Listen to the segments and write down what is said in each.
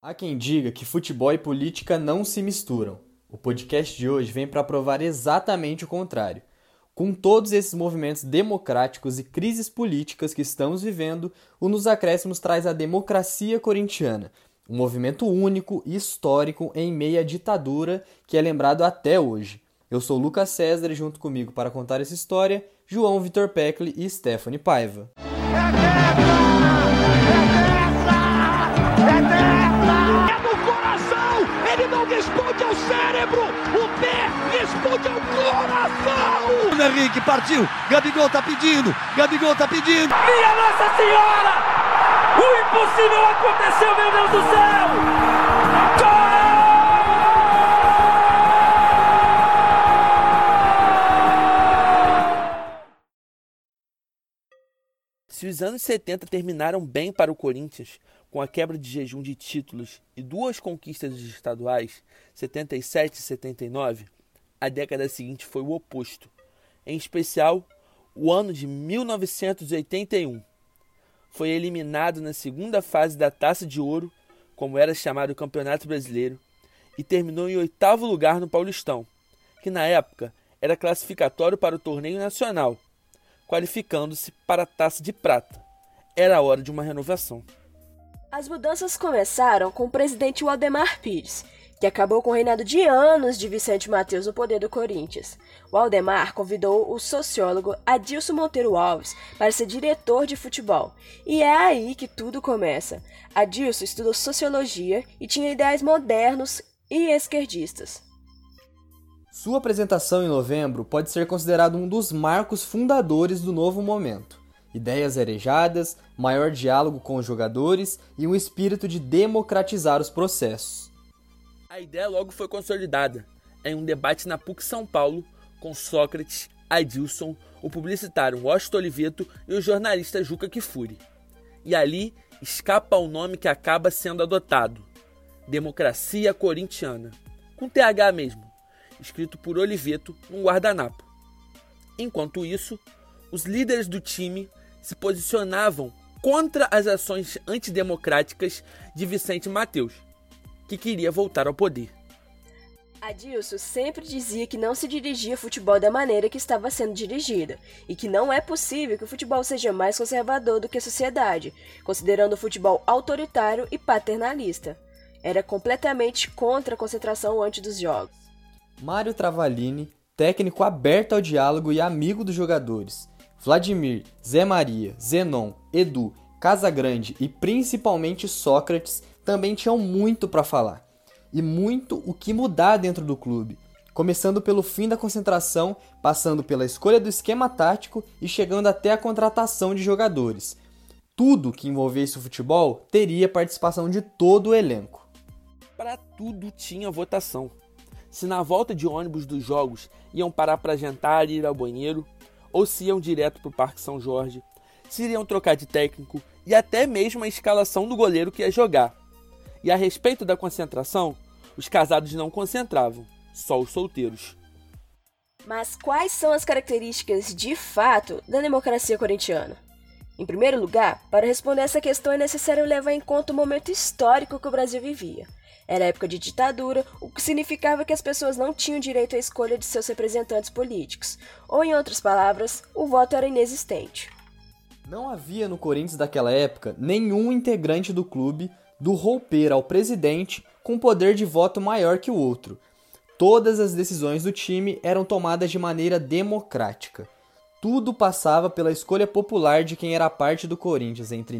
Há quem diga que futebol e política não se misturam. O podcast de hoje vem para provar exatamente o contrário. Com todos esses movimentos democráticos e crises políticas que estamos vivendo, o Nos Acréscimos traz a democracia corintiana, um movimento único e histórico em meio à ditadura que é lembrado até hoje. Eu sou Lucas César e junto comigo para contar essa história, João Vitor Peckley e Stephanie Paiva. Ele não responde ao cérebro, o pé responde ao coração. O Henrique partiu, Gabigol tá pedindo. Minha Nossa Senhora! O impossível aconteceu, meu Deus do céu! Gol! Se os anos 70 terminaram bem para o Corinthians, com a quebra de jejum de títulos e duas conquistas estaduais, 77 e 79, a década seguinte foi o oposto. Em especial, o ano de 1981. Foi eliminado na segunda fase da Taça de Ouro, como era chamado o Campeonato Brasileiro, e terminou em 8º lugar no Paulistão, que na época era classificatório para o torneio nacional, qualificando-se para a Taça de Prata. Era a hora de uma renovação. As mudanças começaram com o presidente Waldemar Pires, que acabou com o reinado de anos de Vicente Matheus no poder do Corinthians. Waldemar convidou o sociólogo Adilson Monteiro Alves para ser diretor de futebol. E é aí que tudo começa. Adilson estudou sociologia e tinha ideais modernos e esquerdistas. Sua apresentação em novembro pode ser considerado um dos marcos fundadores do novo momento. Ideias arejadas, maior diálogo com os jogadores e um espírito de democratizar os processos. A ideia logo foi consolidada em um debate na PUC São Paulo com Sócrates, Adilson, o publicitário Washington Oliveto e o jornalista Juca Kfouri. E ali escapa o nome que acaba sendo adotado: Democracia Corintiana, com TH mesmo, escrito por Oliveto num guardanapo. Enquanto isso, os líderes do time se posicionavam contra as ações antidemocráticas de Vicente Matheus, que queria voltar ao poder. Adilson sempre dizia que não se dirigia futebol da maneira que estava sendo dirigido, e que não é possível que o futebol seja mais conservador do que a sociedade, considerando o futebol autoritário e paternalista. Era completamente contra a concentração antes dos jogos. Mário Travaglini, técnico aberto ao diálogo e amigo dos jogadores, Vladimir, Zé Maria, Zenon, Edu, Casagrande e principalmente Sócrates também tinham muito para falar. E muito o que mudar dentro do clube, começando pelo fim da concentração, passando pela escolha do esquema tático e chegando até a contratação de jogadores. Tudo que envolvesse o futebol teria participação de todo o elenco. Para tudo tinha votação. Se na volta de ônibus dos jogos iam parar para jantar e ir ao banheiro, ou se iam direto para o Parque São Jorge, se iriam trocar de técnico e até mesmo a escalação do goleiro que ia jogar. E a respeito da concentração, os casados não concentravam, só os solteiros. Mas quais são as características, de fato, da democracia corintiana? Em primeiro lugar, para responder essa questão é necessário levar em conta o momento histórico que o Brasil vivia. Era época de ditadura, o que significava que as pessoas não tinham direito à escolha de seus representantes políticos, ou em outras palavras, o voto era inexistente. Não havia no Corinthians daquela época nenhum integrante do clube do roupeiro ao presidente com poder de voto maior que o outro. Todas as decisões do time eram tomadas de maneira democrática. Tudo passava pela escolha popular de quem era parte do Corinthians entre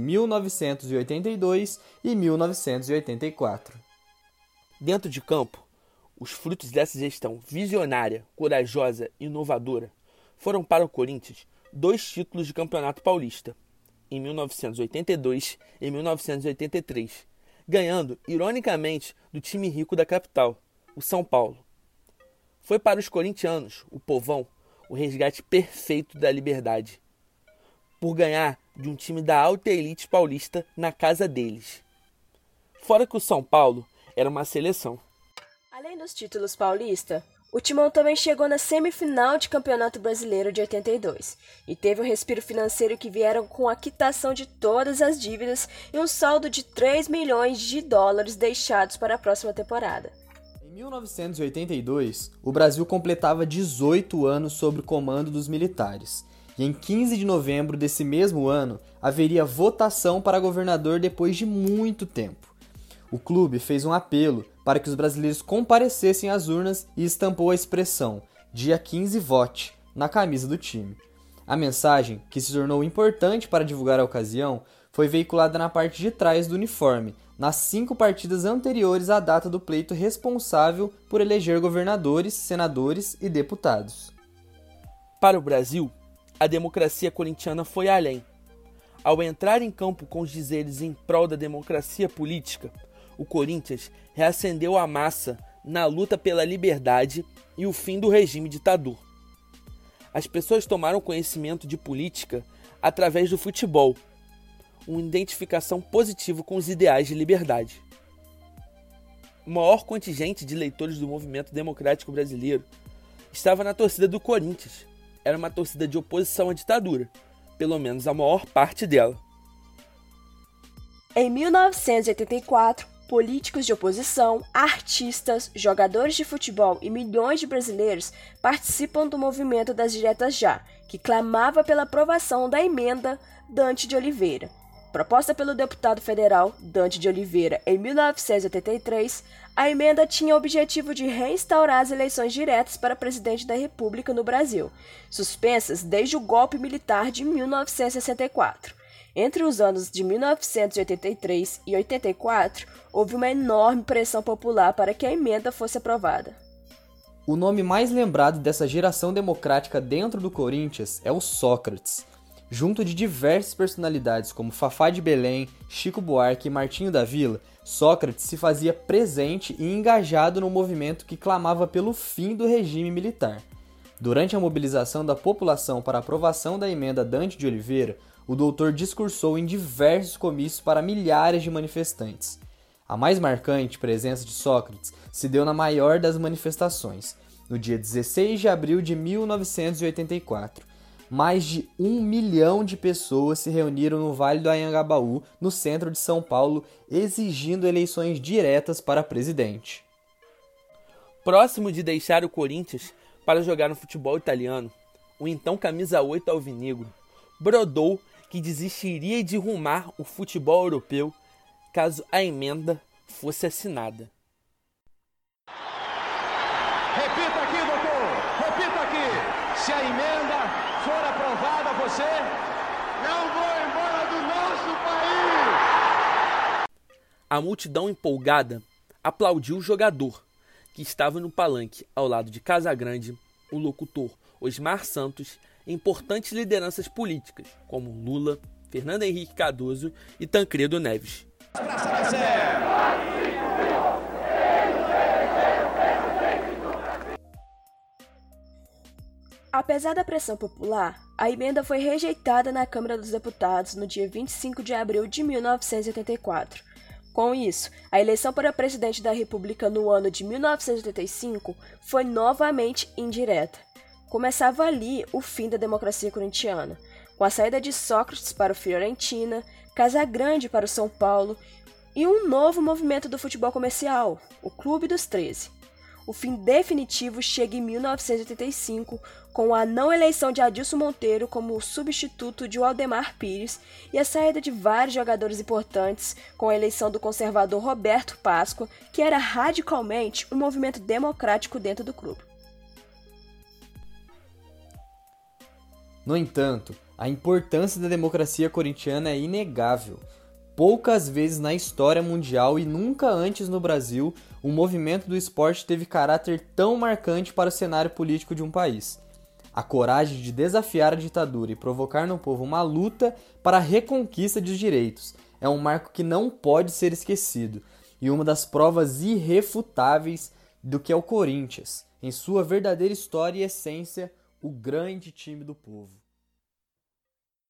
1982 e 1984. Dentro de campo, os frutos dessa gestão visionária, corajosa e inovadora foram para o Corinthians 2 títulos de Campeonato Paulista, em 1982 e 1983, ganhando, ironicamente, do time rico da capital, o São Paulo. Foi para os corintianos, o povão, o resgate perfeito da liberdade, por ganhar de um time da alta elite paulista na casa deles. Fora que o São Paulo era uma seleção. Além dos títulos paulistas, O Timão também chegou na semifinal de Campeonato Brasileiro de 82 e teve um respiro financeiro que vieram com a quitação de todas as dívidas e um saldo de 3 milhões de dólares deixados para a próxima temporada. Em 1982, o Brasil completava 18 anos sob o comando dos militares, e em 15 de novembro desse mesmo ano haveria votação para governador depois de muito tempo. O clube fez um apelo para que os brasileiros comparecessem às urnas e estampou a expressão "Dia 15 vote" na camisa do time. A mensagem, que se tornou importante para divulgar a ocasião, foi veiculada na parte de trás do uniforme, nas 5 partidas anteriores à data do pleito responsável por eleger governadores, senadores e deputados. Para o Brasil, a democracia corintiana foi além. Ao entrar em campo com os dizeres em prol da democracia política, o Corinthians reacendeu a massa na luta pela liberdade e o fim do regime ditador. As pessoas tomaram conhecimento de política através do futebol, uma identificação positiva com os ideais de liberdade. O maior contingente de leitores do movimento democrático brasileiro estava na torcida do Corinthians. Era uma torcida de oposição à ditadura, pelo menos a maior parte dela. Em 1984, políticos de oposição, artistas, jogadores de futebol e milhões de brasileiros participam do movimento das diretas já, que clamava pela aprovação da emenda Dante de Oliveira. Proposta pelo deputado federal Dante de Oliveira em 1983, a emenda tinha o objetivo de reinstaurar as eleições diretas para presidente da República no Brasil, suspensas desde o golpe militar de 1964. Entre os anos de 1983 e 84, houve uma enorme pressão popular para que a emenda fosse aprovada. O nome mais lembrado dessa geração democrática dentro do Corinthians é o Sócrates. Junto de diversas personalidades como Fafá de Belém, Chico Buarque e Martinho da Vila, Sócrates se fazia presente e engajado no movimento que clamava pelo fim do regime militar. Durante a mobilização da população para a aprovação da emenda Dante de Oliveira, o doutor discursou em diversos comícios para milhares de manifestantes. A mais marcante presença de Sócrates se deu na maior das manifestações, no dia 16 de abril de 1984. Mais de 1 milhão de pessoas se reuniram no Vale do Anhangabaú, no centro de São Paulo, exigindo eleições diretas para presidente. Próximo de deixar o Corinthians para jogar no futebol italiano, o então camisa 8 alvinegro brodou que desistiria de rumar o futebol europeu caso a emenda fosse assinada. Repita aqui, doutor. Repita aqui. Se a emenda for aprovada, você não vou embora do nosso país. A multidão empolgada aplaudiu o jogador, que estava no palanque ao lado de Casagrande, o locutor Osmar Santos e importantes lideranças políticas, como Lula, Fernando Henrique Cardoso e Tancredo Neves. Apesar da pressão popular, a emenda foi rejeitada na Câmara dos Deputados no dia 25 de abril de 1984. Com isso, a eleição para presidente da República no ano de 1985 foi novamente indireta. Começava ali o fim da democracia corintiana, com a saída de Sócrates para o Fiorentina, Casagrande para o São Paulo e um novo movimento do futebol comercial, o Clube dos 13. O fim definitivo chega em 1985, com a não eleição de Adilson Monteiro como substituto de Waldemar Pires e a saída de vários jogadores importantes, com a eleição do conservador Roberto Páscoa, que era radicalmente um movimento democrático dentro do clube. No entanto, a importância da democracia corintiana é inegável. Poucas vezes na história mundial e nunca antes no Brasil, um movimento do esporte teve caráter tão marcante para o cenário político de um país. A coragem de desafiar a ditadura e provocar no povo uma luta para a reconquista dos direitos é um marco que não pode ser esquecido e uma das provas irrefutáveis do que é o Corinthians, em sua verdadeira história e essência, o grande time do povo.